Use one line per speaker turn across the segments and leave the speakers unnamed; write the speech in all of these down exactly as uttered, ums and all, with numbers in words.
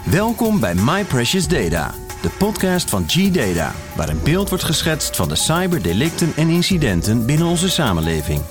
Welkom bij My Precious Data, de podcast van G-Data, waar een beeld wordt geschetst van de cyberdelicten en incidenten binnen onze samenleving.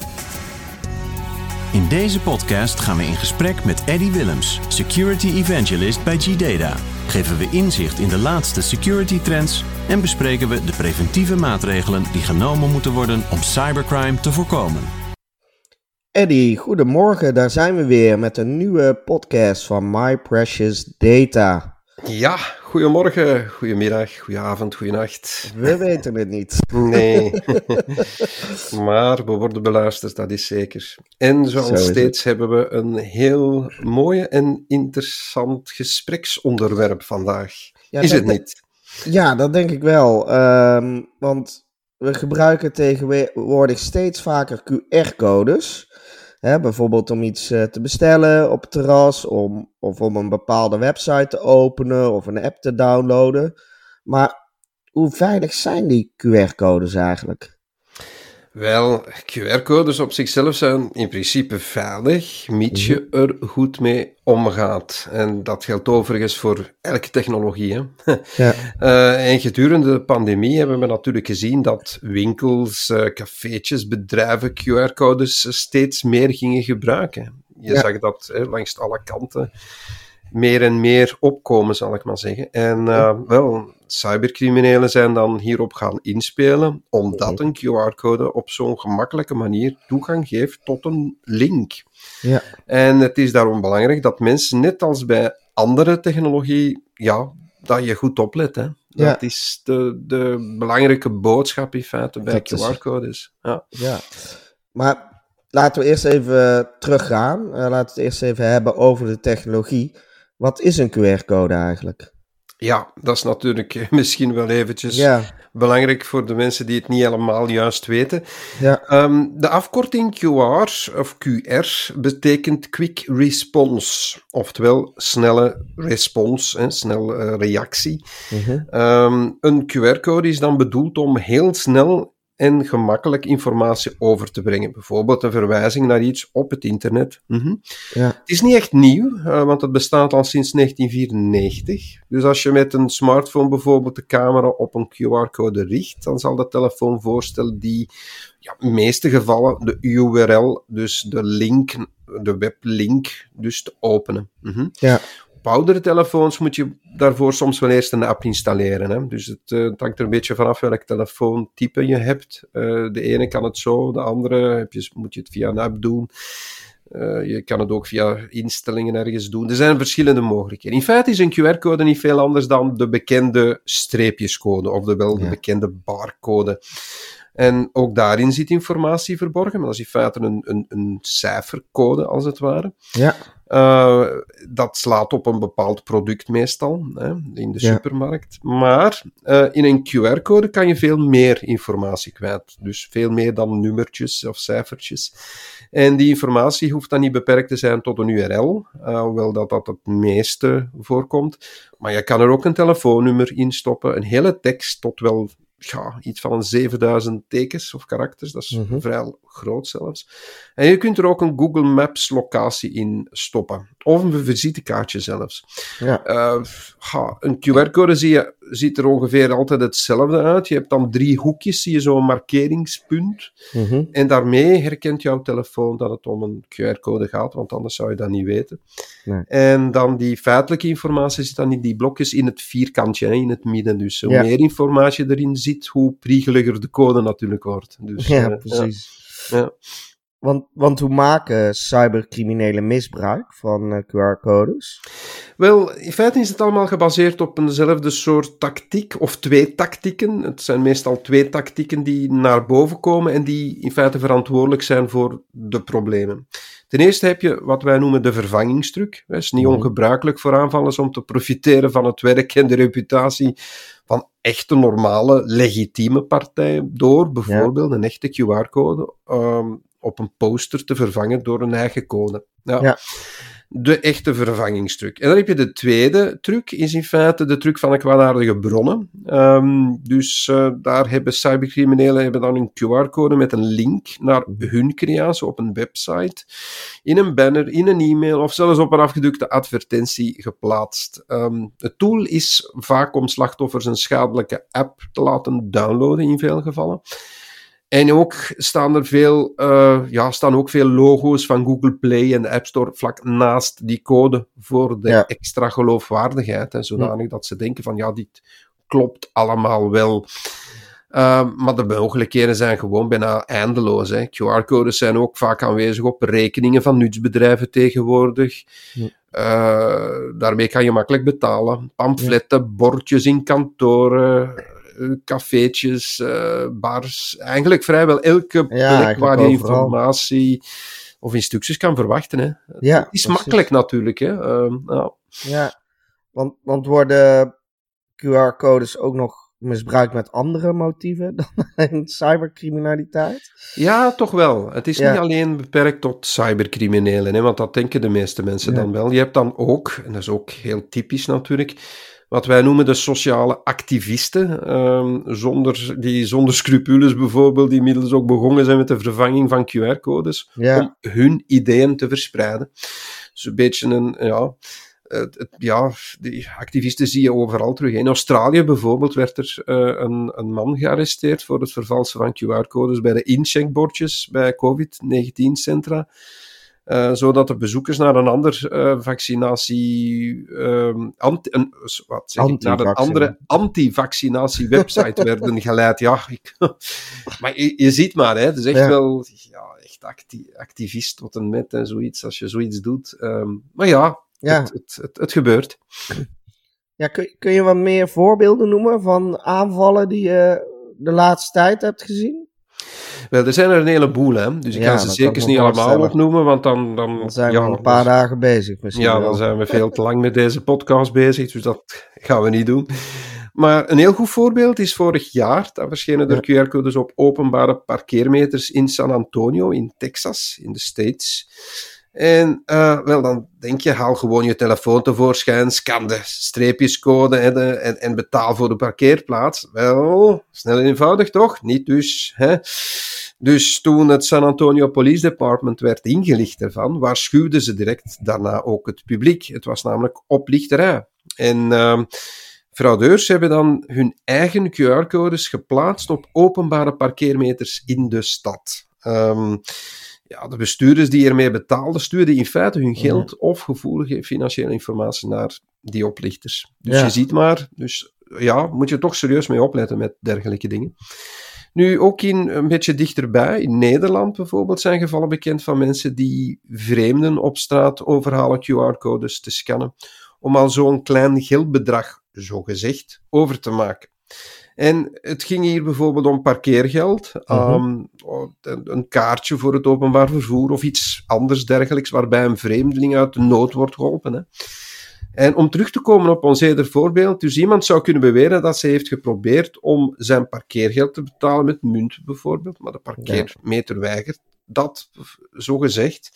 In deze podcast gaan we in gesprek met Eddie Willems, Security Evangelist bij G-Data. Geven we inzicht in de laatste security trends en bespreken we de preventieve maatregelen die genomen moeten worden om cybercrime te voorkomen.
Eddie, goedemorgen. Daar zijn we weer met een nieuwe podcast van My Precious Data.
Ja, goedemorgen, goedemiddag, goedenavond, goedenacht.
We weten het niet.
Nee, maar we worden beluisterd, dat is zeker. En zoals steeds hebben we een heel mooie en interessant gespreksonderwerp vandaag. Ja, is het de- niet?
Ja, dat denk ik wel. Um, want we gebruiken tegenwoordig steeds vaker Q R-codes. Hè, bijvoorbeeld om iets uh, te bestellen op het terras, om, of om een bepaalde website te openen of een app te downloaden. Maar hoe veilig zijn die Q R-codes eigenlijk?
Wel, Q R-codes op zichzelf zijn in principe veilig, mits je er goed mee omgaat. En dat geldt overigens voor elke technologie. Hè? Ja. Uh, en gedurende de pandemie hebben we natuurlijk gezien dat winkels, uh, cafeetjes, bedrijven Q R-codes steeds meer gingen gebruiken. Je ja. zag dat hè, langs alle kanten meer en meer opkomen, zal ik maar zeggen. En uh, wel, cybercriminelen zijn dan hierop gaan inspelen, omdat een Q R-code op zo'n gemakkelijke manier toegang geeft tot een link. Ja. En het is daarom belangrijk dat mensen, net als bij andere technologie, ja, dat je goed oplet. Hè. Ja. Dat is de, de belangrijke boodschap in feite bij Q R-codes. Ja.
ja, maar laten we eerst even teruggaan. Uh, laten we het eerst even hebben over de technologie. Wat is een Q R-code eigenlijk?
Ja, dat is natuurlijk misschien wel eventjes ja. belangrijk voor de mensen die het niet helemaal juist weten. Ja. Um, de afkorting Q R of Q R betekent Quick Response, oftewel snelle respons, hè, snel uh, reactie. Uh-huh. Um, een Q R-code is dan bedoeld om heel snel en gemakkelijk informatie over te brengen. Bijvoorbeeld een verwijzing naar iets op het internet. Mm-hmm. Ja. Het is niet echt nieuw, uh, want het bestaat al sinds negentien vierennegentig. Dus als je met een smartphone bijvoorbeeld de camera op een Q R-code richt, dan zal de telefoon voorstellen die ja, in de meeste gevallen de U R L, dus de link, de weblink, dus te openen. Mm-hmm. Ja. Op oudere telefoons moet je daarvoor soms wel eerst een app installeren. Hè? Dus het, uh, het hangt er een beetje vanaf welk telefoontype je hebt. Uh, de ene kan het zo, de andere heb je, moet je het via een app doen. Uh, je kan het ook via instellingen ergens doen. Er zijn verschillende mogelijkheden. In feite is een Q R-code niet veel anders dan de bekende streepjescode, oftewel de ja. bekende barcode. En ook daarin zit informatie verborgen, maar dat is in feite een, een, een cijfercode, als het ware. Ja. Uh, dat slaat op een bepaald product meestal, hè, in de ja. supermarkt. Maar uh, in een Q R-code kan je veel meer informatie kwijt. Dus veel meer dan nummertjes of cijfertjes. En die informatie hoeft dan niet beperkt te zijn tot een U R L, uh, hoewel dat dat het meeste voorkomt. Maar je kan er ook een telefoonnummer in stoppen, een hele tekst tot wel ja, iets van zevenduizend tekens of karakters, dat is mm-hmm. vrij groot zelfs. En je kunt er ook een Google Maps locatie in stoppen. Of een visitekaartje zelfs. Ja. Uh, ha, een Q R-code zie je, ziet er ongeveer altijd hetzelfde uit. Je hebt dan drie hoekjes, zie je zo'n markeringspunt. Mm-hmm. En daarmee herkent jouw telefoon dat het om een Q R-code gaat, want anders zou je dat niet weten. Nee. En dan die feitelijke informatie zit dan in die blokjes in het vierkantje, hè, in het midden. Dus hoe ja. meer informatie erin zit, hoe priegeliger de code natuurlijk wordt. Dus,
ja,
uh,
precies.
Ja. Ja.
Want, want hoe maken cybercriminelen misbruik van uh, Q R-codes?
Wel, in feite is het allemaal gebaseerd op eenzelfde soort tactiek, of twee tactieken. Het zijn meestal twee tactieken die naar boven komen en die in feite verantwoordelijk zijn voor de problemen. Ten eerste heb je wat wij noemen de vervangingstruc. Het is niet ongebruikelijk voor aanvallers om te profiteren van het werk en de reputatie van echte normale, legitieme partijen door bijvoorbeeld ja. een echte Q R-code um, op een poster te vervangen door een eigen code. Ja. Ja. de echte vervangingstruc. En dan heb je de tweede truc, is in feite de truc van de kwaadaardige bronnen. Um, dus uh, daar hebben cybercriminelen hebben dan een Q R-code met een link naar hun creatie op een website, in een banner, in een e-mail of zelfs op een afgedrukte advertentie geplaatst. Um, het tool is vaak om slachtoffers een schadelijke app te laten downloaden in veel gevallen. En ook staan er veel, uh, ja, staan ook veel logo's van Google Play en de App Store vlak naast die code voor de ja. extra geloofwaardigheid. Hè, zodanig ja. dat ze denken van, ja, dit klopt allemaal wel. Uh, maar de mogelijkheden zijn gewoon bijna eindeloos. Hè. Q R-codes zijn ook vaak aanwezig op rekeningen van nutsbedrijven tegenwoordig. Ja. Uh, daarmee kan je makkelijk betalen. Pamfletten, ja. bordjes in kantoren, cafeetjes, uh, bars. Eigenlijk vrijwel elke plek ja, waar je informatie of instructies kan verwachten. Hè. Ja, het is precies. makkelijk natuurlijk. Hè. Uh, nou.
Ja, want, want worden Q R-codes ook nog misbruikt met andere motieven dan cybercriminaliteit?
Ja, toch wel. Het is ja. niet alleen beperkt tot cybercriminelen, hè, want dat denken de meeste mensen ja. dan wel. Je hebt dan ook, en dat is ook heel typisch natuurlijk, wat wij noemen de sociale activisten, um, zonder, die zonder scrupules bijvoorbeeld, die inmiddels ook begonnen zijn met de vervanging van Q R-codes, ja. om hun ideeën te verspreiden. Dus een beetje een, ja... Het, het, ja, die activisten zie je overal terug. In Australië bijvoorbeeld werd er uh, een, een man gearresteerd voor het vervalsen van Q R-codes bij de incheckbordjes bij covid negentien centra. Uh, zodat de bezoekers naar een ander uh, vaccinatie... Um, anti, een, wat zeg ik, naar een andere anti-vaccinatie-website werden geleid. Ja, ik, maar je, je ziet maar, hè, het is echt ja. wel... Ja, echt acti- activist tot en met en zoiets, als je zoiets doet. Um, maar ja... Ja. Het, het, het, het gebeurt.
Ja, kun, kun je wat meer voorbeelden noemen van aanvallen die je de laatste tijd hebt gezien?
Wel, er zijn er een heleboel, hè. Dus ik ja, ga ze zeker niet allemaal opnoemen, want dan... Dan,
dan zijn
ja,
we al een paar dus, dagen bezig misschien.
Ja,
wel.
Dan zijn we veel te lang met deze podcast bezig, dus dat gaan we niet doen. Maar een heel goed voorbeeld is vorig jaar, daar verschenen er ja. Q R-codes op openbare parkeermeters in San Antonio, in Texas, in de States. En uh, wel, dan denk je, haal gewoon je telefoon tevoorschijn, scan de streepjescode en, de, en, en betaal voor de parkeerplaats. Wel, snel en eenvoudig toch? Niet dus. Hè? Dus toen het San Antonio Police Department werd ingelicht ervan, waarschuwden ze direct daarna ook het publiek. Het was namelijk oplichterij. En uh, fraudeurs hebben dan hun eigen Q R-codes geplaatst op openbare parkeermeters in de stad. Um, Ja, de bestuurders die ermee betaalden, stuurden in feite hun geld mm. of gevoelige financiële informatie naar die oplichters. Dus ja. je ziet maar, dus ja, moet je toch serieus mee opletten met dergelijke dingen. Nu, ook in een beetje dichterbij, in Nederland bijvoorbeeld, zijn gevallen bekend van mensen die vreemden op straat overhalen Q R-codes te scannen, om al zo'n klein geldbedrag, zogezegd, over te maken. En het ging hier bijvoorbeeld om parkeergeld, uh-huh. um, een kaartje voor het openbaar vervoer of iets anders dergelijks, waarbij een vreemdeling uit de nood wordt geholpen. Hè. En om terug te komen op ons eerder voorbeeld, dus iemand zou kunnen beweren dat ze heeft geprobeerd om zijn parkeergeld te betalen met munt bijvoorbeeld, maar de parkeermeter ja. weigert dat, zo gezegd.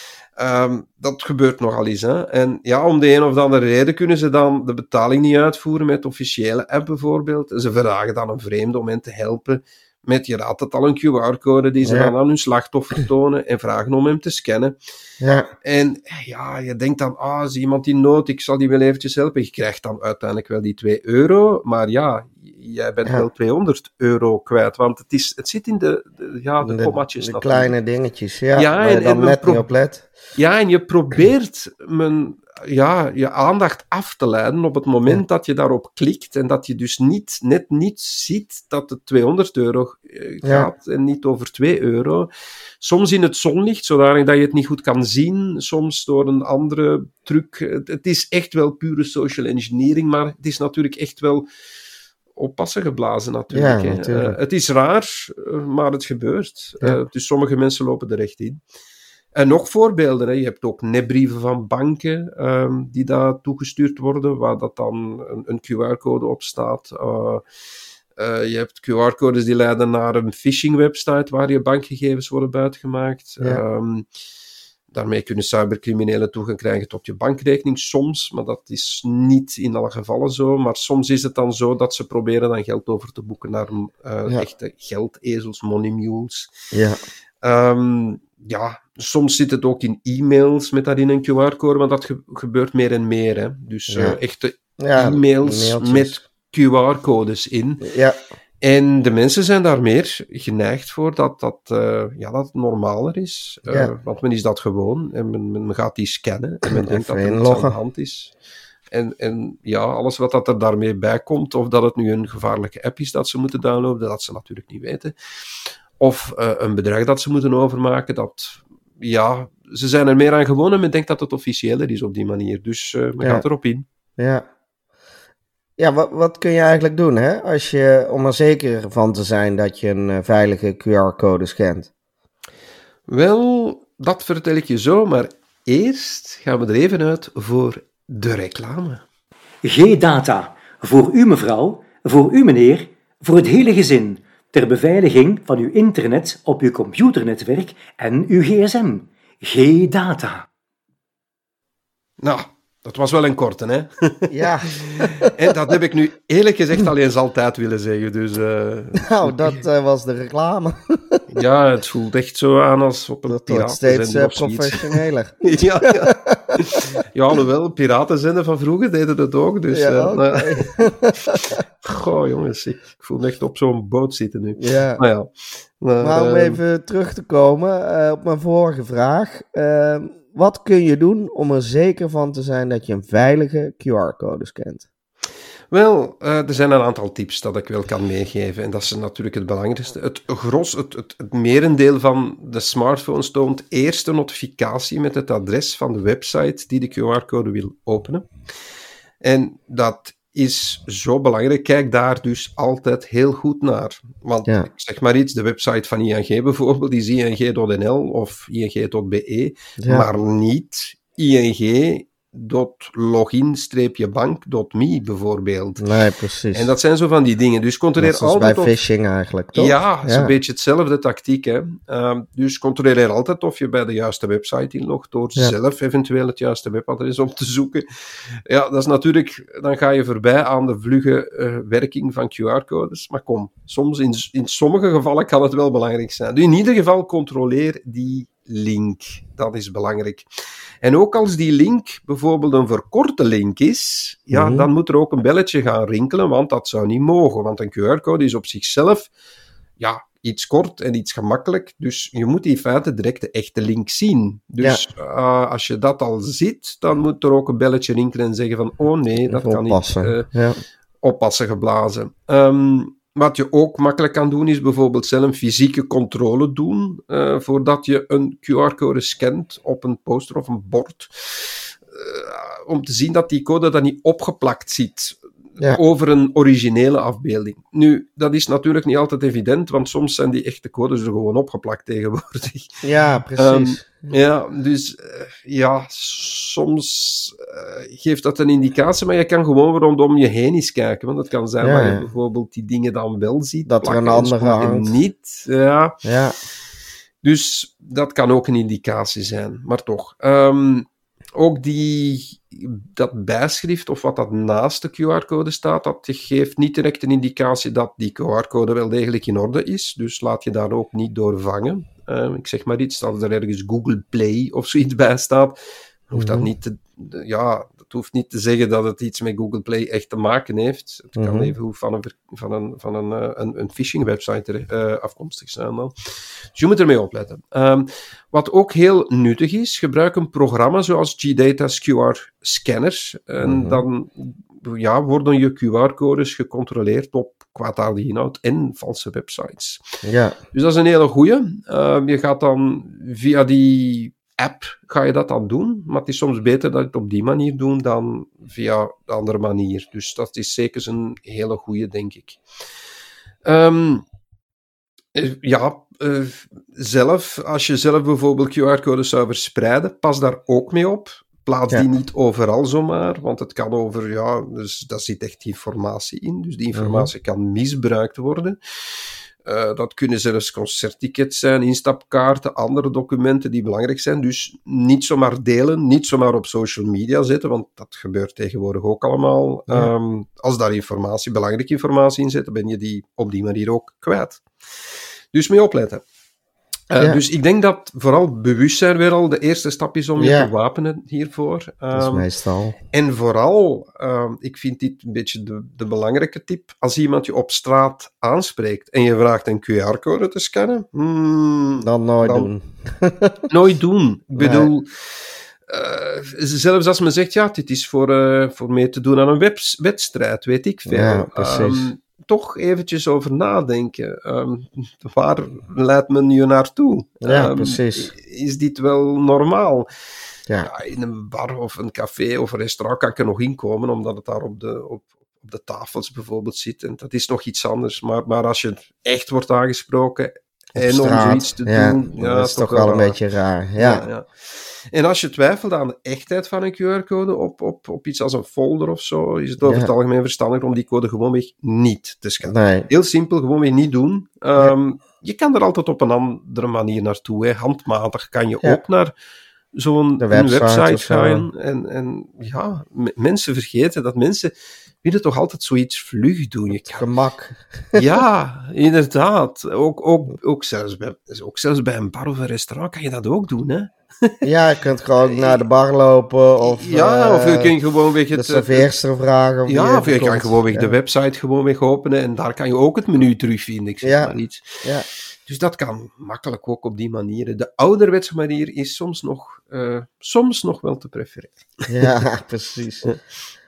Um, dat gebeurt nogal eens. Hè? En ja, om de een of andere reden kunnen ze dan de betaling niet uitvoeren met de officiële app bijvoorbeeld. En ze vragen dan een vreemde om hen te helpen met, je raadt het al, een Q R-code die ze ja. dan aan hun slachtoffer tonen en vragen om hem te scannen. Ja. En ja, je denkt dan, ah, is iemand in nood, ik zal die wel eventjes helpen. Je krijgt dan uiteindelijk wel die twee euro, maar ja, jij bent ja. wel tweehonderd euro kwijt, want het, is, het zit in de, de, ja, de, de kommatjes.
De natuurlijk. Kleine dingetjes, ja,
ja
waar je dan net pro- niet op let.
Ja, en je probeert men, ja, je aandacht af te leiden op het moment ja. dat je daarop klikt en dat je dus niet, net niet ziet dat het tweehonderd euro gaat ja. en niet over twee euro. Soms in het zonlicht, zodanig dat je het niet goed kan zien, soms door een andere truc. Het, het is echt wel pure social engineering, maar het is natuurlijk echt wel oppassen geblazen natuurlijk. Ja, natuurlijk. Uh, het is raar, maar het gebeurt. Ja. Uh, dus sommige mensen lopen er echt in. En nog voorbeelden. Hè. Je hebt ook nepbrieven van banken um, die daar toegestuurd worden, waar dat dan een, een Q R-code op staat. Uh, uh, je hebt Q R-codes die leiden naar een phishing-website waar je bankgegevens worden buitgemaakt. Ja. Um, daarmee kunnen cybercriminelen toegang krijgen tot je bankrekening soms, maar dat is niet in alle gevallen zo. Maar soms is het dan zo dat ze proberen dan geld over te boeken naar uh, ja. echte geldezels, money mules.
Ja.
Um, ja, soms zit het ook in e-mails met daarin een Q R-code, want dat ge- gebeurt meer en meer. Hè. Dus ja. uh, echte ja, e-mails e-mailtjes. Met Q R-codes in.
Ja.
En de mensen zijn daar meer geneigd voor dat dat, uh, ja, dat het normaler is. Uh, ja. Want men is dat gewoon. En men, men gaat die scannen. En men ja, denkt dat er iets aan de hand is. En, en ja, alles wat dat er daarmee bij komt, of dat het nu een gevaarlijke app is dat ze moeten downloaden, dat ze natuurlijk niet weten. Of uh, een bedrag dat ze moeten overmaken, dat... Ja, ze zijn er meer aan gewoon en men denkt dat het officiëler is op die manier. Dus uh, men ja. gaat erop in.
Ja. Ja, wat, wat kun je eigenlijk doen, hè? Als je, om er zeker van te zijn dat je een uh, veilige Q R-code scant?
Wel, dat vertel ik je zo, maar eerst gaan we er even uit voor de reclame.
G-Data. Voor u mevrouw, voor u meneer, voor het hele gezin. Ter beveiliging van uw internet op uw computernetwerk en uw gsm. G-Data.
Nou... Dat was wel een korte, hè?
Ja.
En dat heb ik nu eerlijk gezegd al eens altijd willen zeggen. Dus, uh,
nou, dat uh, was de reclame.
Ja, het voelt echt zo aan als op een
dat wordt steeds uh, professioneler.
ja, ja. Ja, alhoewel, piratenzender van vroeger deden dat ook. Dus,
ja,
uh,
okay.
Goh, jongens, ik voel me echt op zo'n boot zitten nu.
Ja.
Maar, ja. maar,
maar om
uh,
even terug te komen uh, op mijn vorige vraag... Uh, Wat kun je doen om er zeker van te zijn dat je een veilige Q R-code scant?
Wel, uh, er zijn een aantal tips dat ik wel kan meegeven. En dat is natuurlijk het belangrijkste. Het gros, het, het, het merendeel van de smartphones toont eerst een notificatie met het adres van de website die de Q R-code wil openen. En dat is zo belangrijk. Kijk daar dus altijd heel goed naar. Want, ja. ik zeg maar iets, de website van I N G bijvoorbeeld, is I N G punt N L of I N G punt B E, ja. maar niet I N G punt login bank punt m e bijvoorbeeld.
Nee, precies.
En dat zijn zo van die dingen. Dus controleer
dat is
altijd...
bij phishing eigenlijk, toch?
Ja, het is ja. een beetje hetzelfde tactiek. Hè. Uh, dus controleer altijd of je bij de juiste website inlogt, door ja. zelf eventueel het juiste webadres op te zoeken. Ja, dat is natuurlijk... Dan ga je voorbij aan de vlugge uh, werking van Q R-codes. Maar kom, soms in, in sommige gevallen kan het wel belangrijk zijn. Dus in ieder geval controleer die link. Dat is belangrijk. En ook als die link bijvoorbeeld een verkorte link is, ja, mm-hmm. dan moet er ook een belletje gaan rinkelen, want dat zou niet mogen. Want een Q R-code is op zichzelf ja, iets kort en iets gemakkelijk. Dus je moet in feite direct de echte link zien. Dus ja. uh, als je dat al ziet, dan moet er ook een belletje rinkelen en zeggen van, oh nee, dat kan
oppassen.
niet uh,
ja.
oppassen geblazen. Um, Wat je ook makkelijk kan doen, is bijvoorbeeld zelf een fysieke controle doen, uh, voordat je een Q R-code scant op een poster of een bord, uh, om te zien dat die code dan niet opgeplakt zit ja. over een originele afbeelding. Nu, dat is natuurlijk niet altijd evident, want soms zijn die echte codes er gewoon opgeplakt tegenwoordig.
Ja, precies.
Um, ja, dus uh, ja, soms uh, geeft dat een indicatie, maar je kan gewoon rondom je heen eens kijken, want het kan zijn ja, dat je bijvoorbeeld die dingen dan wel ziet,
dat er een andere hangt.
Niet. Ja.
ja.
Dus dat kan ook een indicatie zijn, maar toch. Um, ook die, dat bijschrift, of wat dat naast de Q R-code staat, dat geeft niet direct een indicatie dat die Q R-code wel degelijk in orde is. Dus laat je daar ook niet door vangen. Uh, ik zeg maar iets, als er ergens Google Play of zoiets bij staat, hoeft dat niet te, ja, dat hoeft niet te zeggen dat het iets met Google Play echt te maken heeft. Het kan mm-hmm. even van een, van een, van een, een, een phishing website uh, afkomstig zijn dan. Dus je moet ermee opletten. Um, wat ook heel nuttig is, gebruik een programma zoals G-Data's Q R-scanners. En mm-hmm. dan ja, worden je Q R-codes gecontroleerd op kwaadaardige inhoud en valse websites.
Ja.
Dus dat is een hele goeie. Uh, je gaat dan via die app ga je dat dan doen, maar het is soms beter dat je het op die manier doet dan via de andere manier. Dus dat is zeker een hele goeie, denk ik. Um, ja, uh, zelf, als je zelf bijvoorbeeld Q R-codes zou verspreiden, pas daar ook mee op. Plaats ja. die niet overal zomaar, want het kan over, ja, dus daar zit echt informatie in, dus die informatie uh-huh. kan misbruikt worden. Uh, dat kunnen zelfs concerttickets zijn, instapkaarten, andere documenten die belangrijk zijn. Dus niet zomaar delen, niet zomaar op social media zetten, want dat gebeurt tegenwoordig ook allemaal. Ja. Um, als daar informatie, belangrijke informatie in zit, dan ben je die op die manier ook kwijt. Dus mee opletten. Uh, ja. Dus ik denk dat vooral bewustzijn weer al de eerste stap is om je ja. te wapenen hiervoor. Um,
dat is meestal.
En vooral, um, ik vind dit een beetje de, de belangrijke tip, als iemand je op straat aanspreekt en je vraagt een Q R-code te scannen, hmm,
dan nooit
dan
doen.
nooit doen. Ik bedoel, nee. uh, zelfs als men zegt, ja, dit is voor, uh, voor mee te doen aan een web- wedstrijd, weet ik veel.
Ja, precies. Um,
toch eventjes over nadenken. Um, waar leidt men je naartoe?
Ja,
um,
precies.
Is dit wel normaal?
Ja.
Ja, in een bar of een café of een restaurant kan ik er nog inkomen, omdat het daar op de, op, op de tafels bijvoorbeeld zit. En dat is nog iets anders. Maar, maar als je echt wordt aangesproken
op
en
straat,
om zoiets te
ja,
doen... Ja,
dat is toch wel een beetje raar. Ja.
Ja, ja. En als je twijfelt aan de echtheid van een Q R-code op, op, op iets als een folder of zo, is het over ja. het algemeen verstandig om die code gewoonweg niet te scannen.
Nee.
Heel simpel, gewoonweg niet doen. Um, ja. Je kan er altijd op een andere manier naartoe. Hè. Handmatig kan je ja. ook naar zo'n
website,
website gaan. En, en ja, m- mensen vergeten dat mensen willen toch altijd zoiets vlug doen. Je kan...
Gemak.
Ja, inderdaad. Ook, ook, ook, zelfs bij, ook zelfs bij een bar of een restaurant kan je dat ook doen, hè.
Ja, je kunt gewoon naar de bar lopen of,
ja,
uh,
of je kunt gewoon weg het,
de serveerster vragen. Of
ja, of je
komt.
kan gewoon weg
ja.
de website gewoon weg openen en daar kan je ook het menu terugvinden, ik zeg
ja.
maar iets.
Ja.
Dus dat kan makkelijk ook op die manier. De ouderwetse manier is soms nog, uh, soms nog wel te prefereren.
Ja, precies. Ja.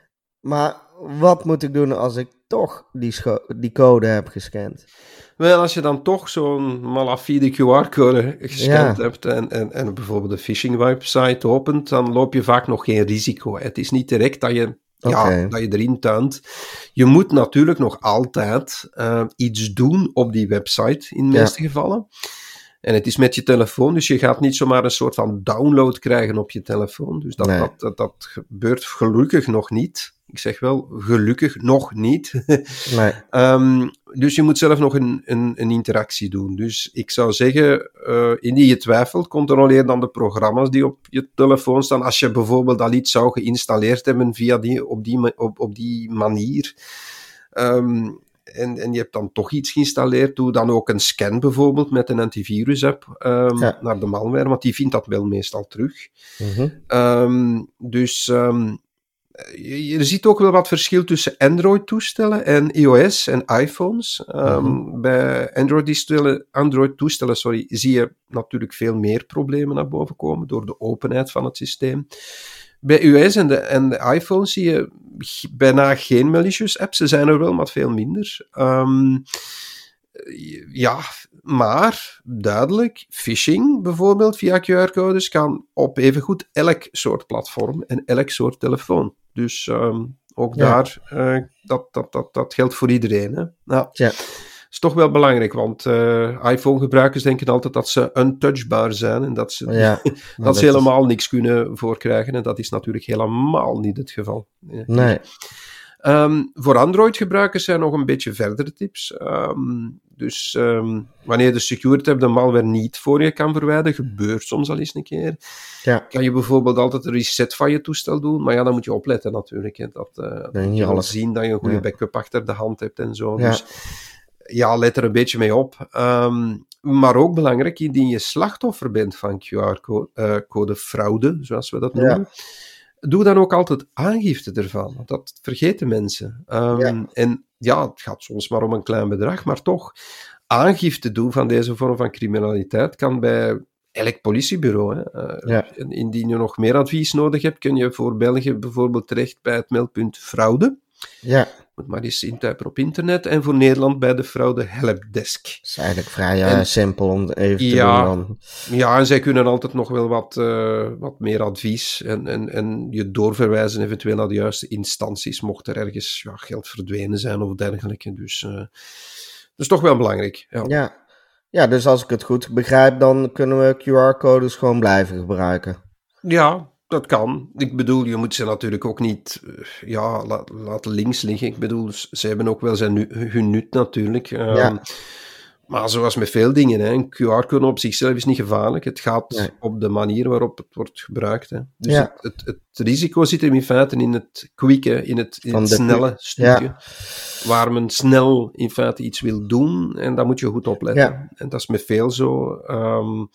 Maar wat moet ik doen als ik toch die, scho- die code heb gescand?
Wel, als je dan toch zo'n malafide Q R-code gescand
ja.
hebt en, en, en bijvoorbeeld een phishing-website opent, dan loop je vaak nog geen risico. Het is niet direct dat je, okay. ja, dat je erin tuint. Je moet natuurlijk nog altijd uh, iets doen op die website, in de meeste ja. gevallen. En het is met je telefoon, dus je gaat niet zomaar een soort van download krijgen op je telefoon. Dus dat, nee. dat, dat, dat gebeurt gelukkig nog niet. Ik zeg wel, gelukkig nog niet.
Nee.
um, dus je moet zelf nog een, een, een interactie doen. Dus ik zou zeggen, uh, indien je twijfelt, controleer dan de programma's die op je telefoon staan. Als je bijvoorbeeld al iets zou geïnstalleerd hebben via die, op, die, op, op die manier... Um, En, en je hebt dan toch iets geïnstalleerd, doe dan ook een scan bijvoorbeeld met een antivirus-app um, ja. naar de malware, want die vindt dat wel meestal terug.
Mm-hmm.
Um, dus um, je, je ziet ook wel wat verschil tussen Android-toestellen en iOS en iPhones. Um, mm-hmm. Bij Android-toestellen, Android-toestellen sorry, zie je natuurlijk veel meer problemen naar boven komen door de openheid van het systeem. Bij iOS en de, en de iPhone zie je bijna geen malicious apps. Ze zijn er wel, maar veel minder. Um, ja, maar duidelijk, phishing bijvoorbeeld via Q R-codes kan op evengoed elk soort platform en elk soort telefoon. Dus um, ook ja. daar, uh, dat, dat, dat, dat geldt voor iedereen. Hè? Nou,
ja.
Dat is toch wel belangrijk, want uh, iPhone-gebruikers denken altijd dat ze untouchbaar zijn en dat ze,
ja,
dat dat ze helemaal is... niks kunnen voorkrijgen. En dat is natuurlijk helemaal niet het geval.
Nee.
Um, voor Android-gebruikers zijn nog een beetje verdere tips. Um, dus um, wanneer de security app de malware niet voor je kan verwijderen, gebeurt soms al eens een keer,
ja.
kan je bijvoorbeeld altijd een reset van je toestel doen. Maar ja, dan moet je opletten natuurlijk. Hè, dat uh,
nee,
je
alles
zien dat je een goede
ja.
backup achter de hand hebt en zo.
Ja.
Dus ja, let er een beetje mee op. Um, maar ook belangrijk, indien je slachtoffer bent van Q R-code-fraude, uh, zoals we dat noemen, ja. doe dan ook altijd aangifte ervan. Want dat vergeten mensen. Um, ja. En ja, het gaat soms maar om een klein bedrag, maar toch, aangifte doen van deze vorm van criminaliteit kan bij elk politiebureau. Hè. Uh,
ja.
En indien je nog meer advies nodig hebt, kun je voor België bijvoorbeeld terecht bij het meldpunt fraude.
Ja.
Moet maar eens intypen op internet. En voor Nederland bij de fraude helpdesk.
Dat is eigenlijk vrij uh, en, simpel om even
ja,
te doen dan.
Ja, en zij kunnen altijd nog wel wat, uh, wat meer advies en, en, en je doorverwijzen eventueel naar de juiste instanties, mocht er ergens ja, geld verdwenen zijn of dergelijke. Dus uh, dat is toch wel belangrijk. Ja.
Ja. ja, dus als ik het goed begrijp, dan kunnen we Q R-codes gewoon blijven gebruiken.
Ja, dat kan. Ik bedoel, je moet ze natuurlijk ook niet uh, ja, la- laten links liggen. Ik bedoel, ze hebben ook wel zijn nu- hun nut natuurlijk. Um,
ja.
Maar zoals met veel dingen, hè, een Q R-code op zichzelf is niet gevaarlijk. Het gaat nee. op de manier waarop het wordt gebruikt. Hè. Dus ja. het, het, het risico zit hem in feite in het quicken, in het, in het snelle stukje. Ja. Waar men snel in feite iets wil doen. En daar moet je goed op letten. Ja. En dat is met veel zo. Um,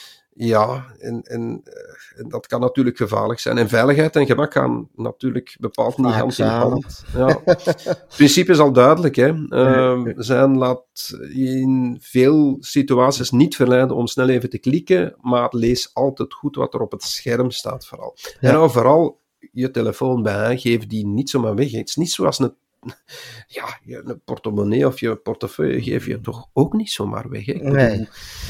ja, en, en, en dat kan natuurlijk gevaarlijk zijn. En veiligheid en gemak gaan natuurlijk bepaald niet hand in hand. Ja. Het principe is al duidelijk. Hè. Uh, zijn laat in veel situaties niet verleiden om snel even te klikken, maar lees altijd goed wat er op het scherm staat vooral. Ja. En nou, vooral je telefoon bij, geef die niet zomaar weg. Het is niet zoals een Ja, een portemonnee of je portefeuille geef je toch ook niet zomaar weg. Hè?
Nee.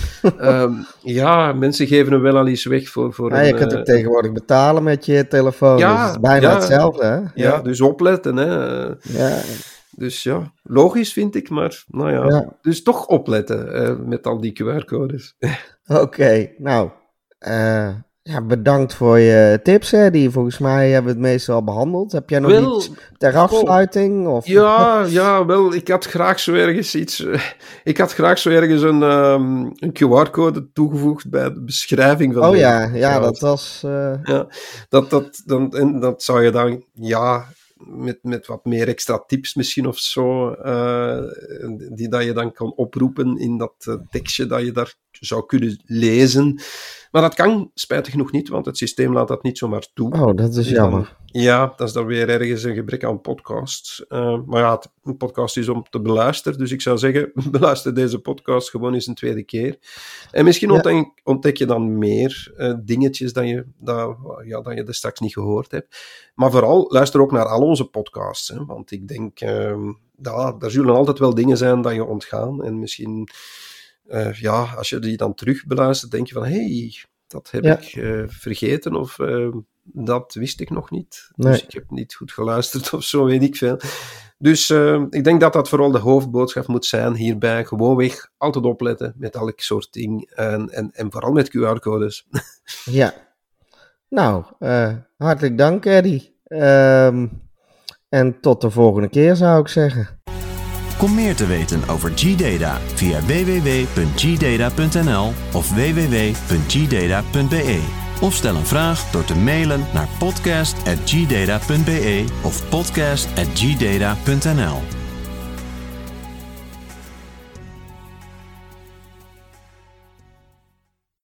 um, ja, mensen geven hem wel al eens weg voor... voor
ja,
een,
je kunt ook uh, tegenwoordig betalen met je telefoon. Ja, dus het is bijna
ja,
hetzelfde. Hè?
Ja, ja, dus opletten. Hè?
Ja.
Dus ja, logisch vind ik, maar nou ja. ja. Dus toch opletten uh, met al die Q R-codes.
Oké, okay, nou... Uh... Ja, bedankt voor je tips, hè. Die volgens mij hebben we het meestal al behandeld. Heb jij nog wel, iets ter afsluiting? Of?
Ja, ja, wel, ik had graag zo ergens iets... Uh, ik had graag zo ergens een, um, een Q R-code toegevoegd bij de beschrijving van...
Oh ja, ja, dat was... Uh...
Ja, dat, dat, dan, en dat zou je dan, ja... Met, met wat meer extra tips misschien of zo, uh, die dat je dan kan oproepen in dat uh, tekstje dat je daar zou kunnen lezen. Maar dat kan spijtig genoeg niet, want het systeem laat dat niet zomaar toe.
Oh, dat is jammer.
Dan, ja, dat is dan weer ergens een gebrek aan podcasts. Uh, maar ja, het, een podcast is om te beluisteren, dus ik zou zeggen, beluister deze podcast gewoon eens een tweede keer. En misschien ja. ontdek, ontdek je dan meer uh, dingetjes dat je, dat, ja, dat je er straks niet gehoord hebt. Maar vooral, luister ook naar al onze podcasts, hè, want ik denk, uh, ja, er zullen altijd wel dingen zijn dat je ontgaan en misschien... Uh, ja, als je die dan terug beluistert, denk je van, hé, hey, dat heb ja. ik uh, vergeten of uh, dat wist ik nog niet. Nee. Dus ik heb niet goed geluisterd of zo, weet ik veel. Dus uh, ik denk dat dat vooral de hoofdboodschap moet zijn hierbij. Gewoonweg altijd opletten met elk soort ding en, en, en vooral met Q R-codes.
Ja. Nou, uh, hartelijk dank, Eddie. Um, en tot de volgende keer, zou ik zeggen.
Kom meer te weten over G-Data via w w w punt g data punt n l of w w w punt g data punt b e. Of stel een vraag door te mailen naar podcast at g data punt b e of podcast at g data punt n l.